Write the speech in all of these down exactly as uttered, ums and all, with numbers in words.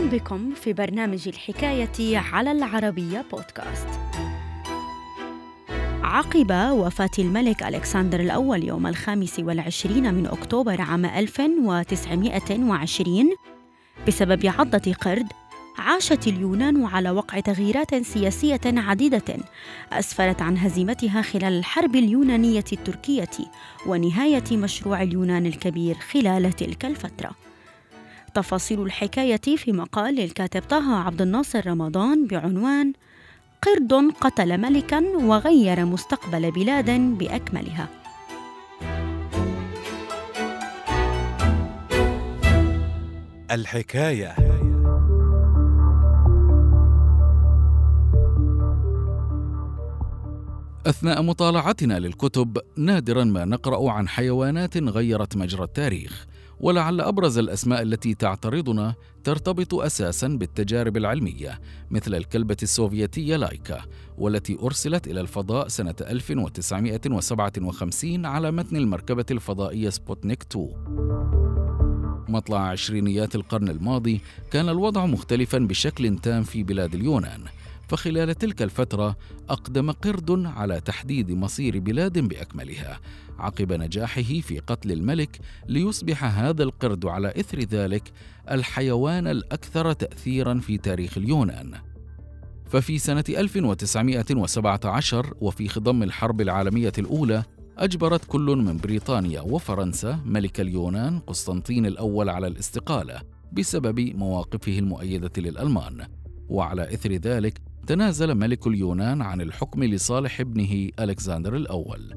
بكم في برنامج الحكاية على العربية بودكاست. عقب وفاة الملك ألكسندر الأول يوم الخامس والعشرين من أكتوبر عام ألف وتسعمائة وعشرين بسبب عضة قرد، عاشت اليونان على وقع تغييرات سياسية عديدة أسفرت عن هزيمتها خلال الحرب اليونانية التركية ونهاية مشروع اليونان الكبير خلال تلك الفترة. تفاصيل الحكاية في مقال للكاتب طه عبد الناصر رمضان بعنوان قرد قتل ملكاً وغير مستقبل بلاد بأكملها. الحكاية. أثناء مطالعتنا للكتب نادراً ما نقرأ عن حيوانات غيرت مجرى التاريخ، ولعل أبرز الأسماء التي تعترضنا ترتبط أساساً بالتجارب العلمية، مثل الكلبة السوفيتية لايكا، والتي أرسلت إلى الفضاء سنة ألف وتسعمائة وسبعة وخمسين على متن المركبة الفضائية سبوتنيك اثنين. مطلع عشرينيات القرن الماضي كان الوضع مختلفاً بشكل تام في بلاد اليونان، فخلال تلك الفترة أقدم قرد على تحديد مصير بلاد بأكملها عقب نجاحه في قتل الملك، ليصبح هذا القرد على إثر ذلك الحيوان الأكثر تأثيراً في تاريخ اليونان. ففي سنة ألف وتسعمائة وسبعة عشر وفي خضم الحرب العالمية الأولى، أجبرت كل من بريطانيا وفرنسا ملك اليونان قسطنطين الأول على الاستقالة بسبب مواقفه المؤيدة للألمان، وعلى إثر ذلك تنازل ملك اليونان عن الحكم لصالح ابنه ألكسندر الأول.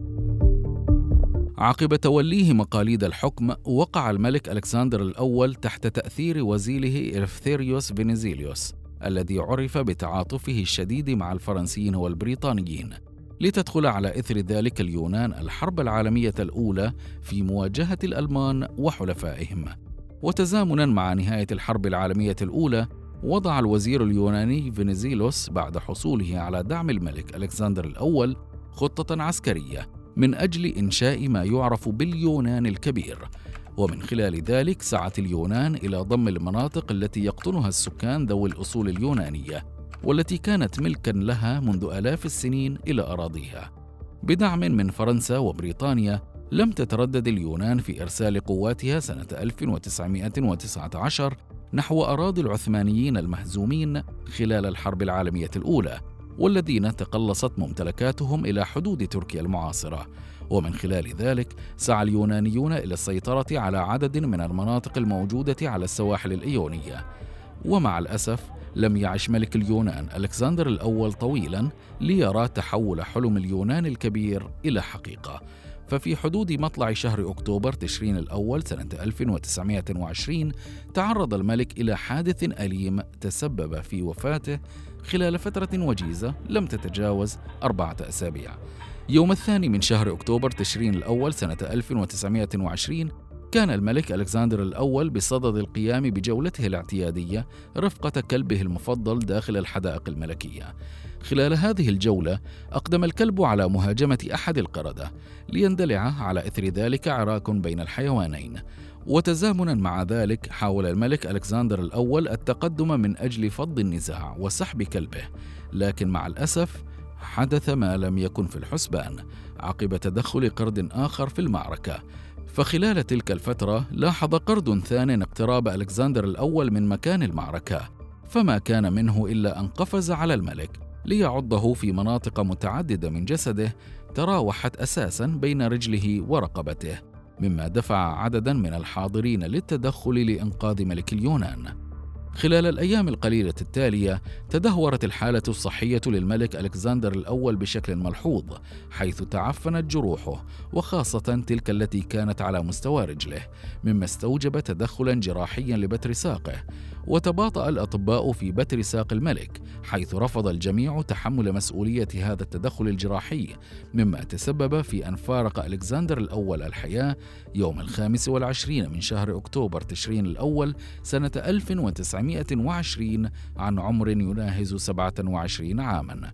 عقب توليه مقاليد الحكم، وقع الملك ألكسندر الأول تحت تأثير وزيله إلفثيريوس فينيزيليوس الذي عرف بتعاطفه الشديد مع الفرنسيين والبريطانيين، لتدخل على إثر ذلك اليونان الحرب العالمية الأولى في مواجهة الألمان وحلفائهم. وتزامناً مع نهاية الحرب العالمية الأولى، وضع الوزير اليوناني فينيزيلوس بعد حصوله على دعم الملك ألكسندر الأول خطة عسكرية من أجل إنشاء ما يعرف باليونان الكبير، ومن خلال ذلك سعت اليونان إلى ضم المناطق التي يقطنها السكان ذوي الأصول اليونانية، والتي كانت ملكاً لها منذ آلاف السنين إلى أراضيها. بدعم من فرنسا وبريطانيا، لم تتردد اليونان في إرسال قواتها سنة ألف وتسعمائة وتسعة عشر نحو أراضي العثمانيين المهزومين خلال الحرب العالمية الأولى، والذين تقلصت ممتلكاتهم إلى حدود تركيا المعاصرة. ومن خلال ذلك سعى اليونانيون إلى السيطرة على عدد من المناطق الموجودة على السواحل الإيونية. ومع الأسف لم يعش ملك اليونان ألكسندر الأول طويلاً ليرى تحول حلم اليونان الكبير إلى حقيقة. ففي حدود مطلع شهر أكتوبر تشرين الأول سنة ألف وتسعمائة وعشرين تعرض الملك إلى حادث أليم تسبب في وفاته خلال فترة وجيزة لم تتجاوز أربعة أسابيع. يوم الثاني من شهر أكتوبر تشرين الأول سنة ألف وتسعمائة وعشرين كان الملك ألكسندر الأول بصدد القيام بجولته الاعتيادية رفقة كلبه المفضل داخل الحدائق الملكية. خلال هذه الجولة أقدم الكلب على مهاجمة أحد القردة، ليندلع على إثر ذلك عراك بين الحيوانين. وتزامنا مع ذلك حاول الملك ألكسندر الأول التقدم من أجل فض النزاع وسحب كلبه، لكن مع الأسف حدث ما لم يكن في الحسبان عقب تدخل قرد آخر في المعركة. فخلال تلك الفترة لاحظ قرد ثان اقتراب ألكسندر الأول من مكان المعركة، فما كان منه إلا أن قفز على الملك ليعضه في مناطق متعددة من جسده تراوحت أساساً بين رجله ورقبته، مما دفع عدداً من الحاضرين للتدخل لإنقاذ ملك اليونان. خلال الأيام القليلة التالية تدهورت الحالة الصحية للملك ألكسندر الأول بشكل ملحوظ، حيث تعفنت جروحه، وخاصة تلك التي كانت على مستوى رجله، مما استوجب تدخلا جراحيا لبتر ساقه. وتباطأ الأطباء في بتر ساق الملك، حيث رفض الجميع تحمل مسؤولية هذا التدخل الجراحي، مما تسبب في أن فارق ألكسندر الأول الحياة يوم الخامس والعشرين من شهر أكتوبر تشرين الأول سنة ألف وتسعمائة وعشرين عن عمر يناهز سبعة وعشرين عاماً.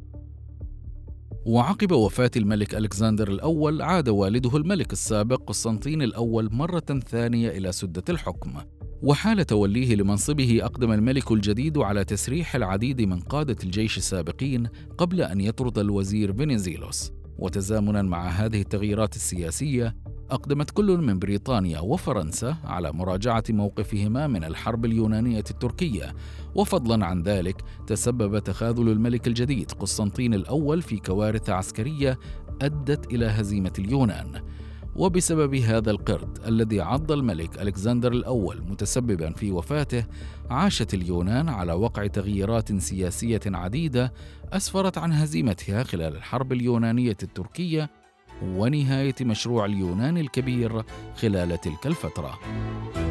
وعقب وفاة الملك ألكسندر الأول عاد والده الملك السابق قسطنطين الأول مرة ثانية إلى سدة الحكم، وحال توليه لمنصبه أقدم الملك الجديد على تسريح العديد من قادة الجيش السابقين قبل أن يطرد الوزير فينيزيلوس. وتزامناً مع هذه التغييرات السياسية، أقدمت كل من بريطانيا وفرنسا على مراجعة موقفهما من الحرب اليونانية التركية. وفضلاً عن ذلك، تسبب تخاذل الملك الجديد قسطنطين الأول في كوارث عسكرية أدت إلى هزيمة اليونان. وبسبب هذا القرد الذي عض الملك ألكسندر الأول متسبباً في وفاته، عاشت اليونان على وقع تغييرات سياسية عديدة أسفرت عن هزيمتها خلال الحرب اليونانية التركية ونهاية مشروع اليونان الكبير خلال تلك الفترة.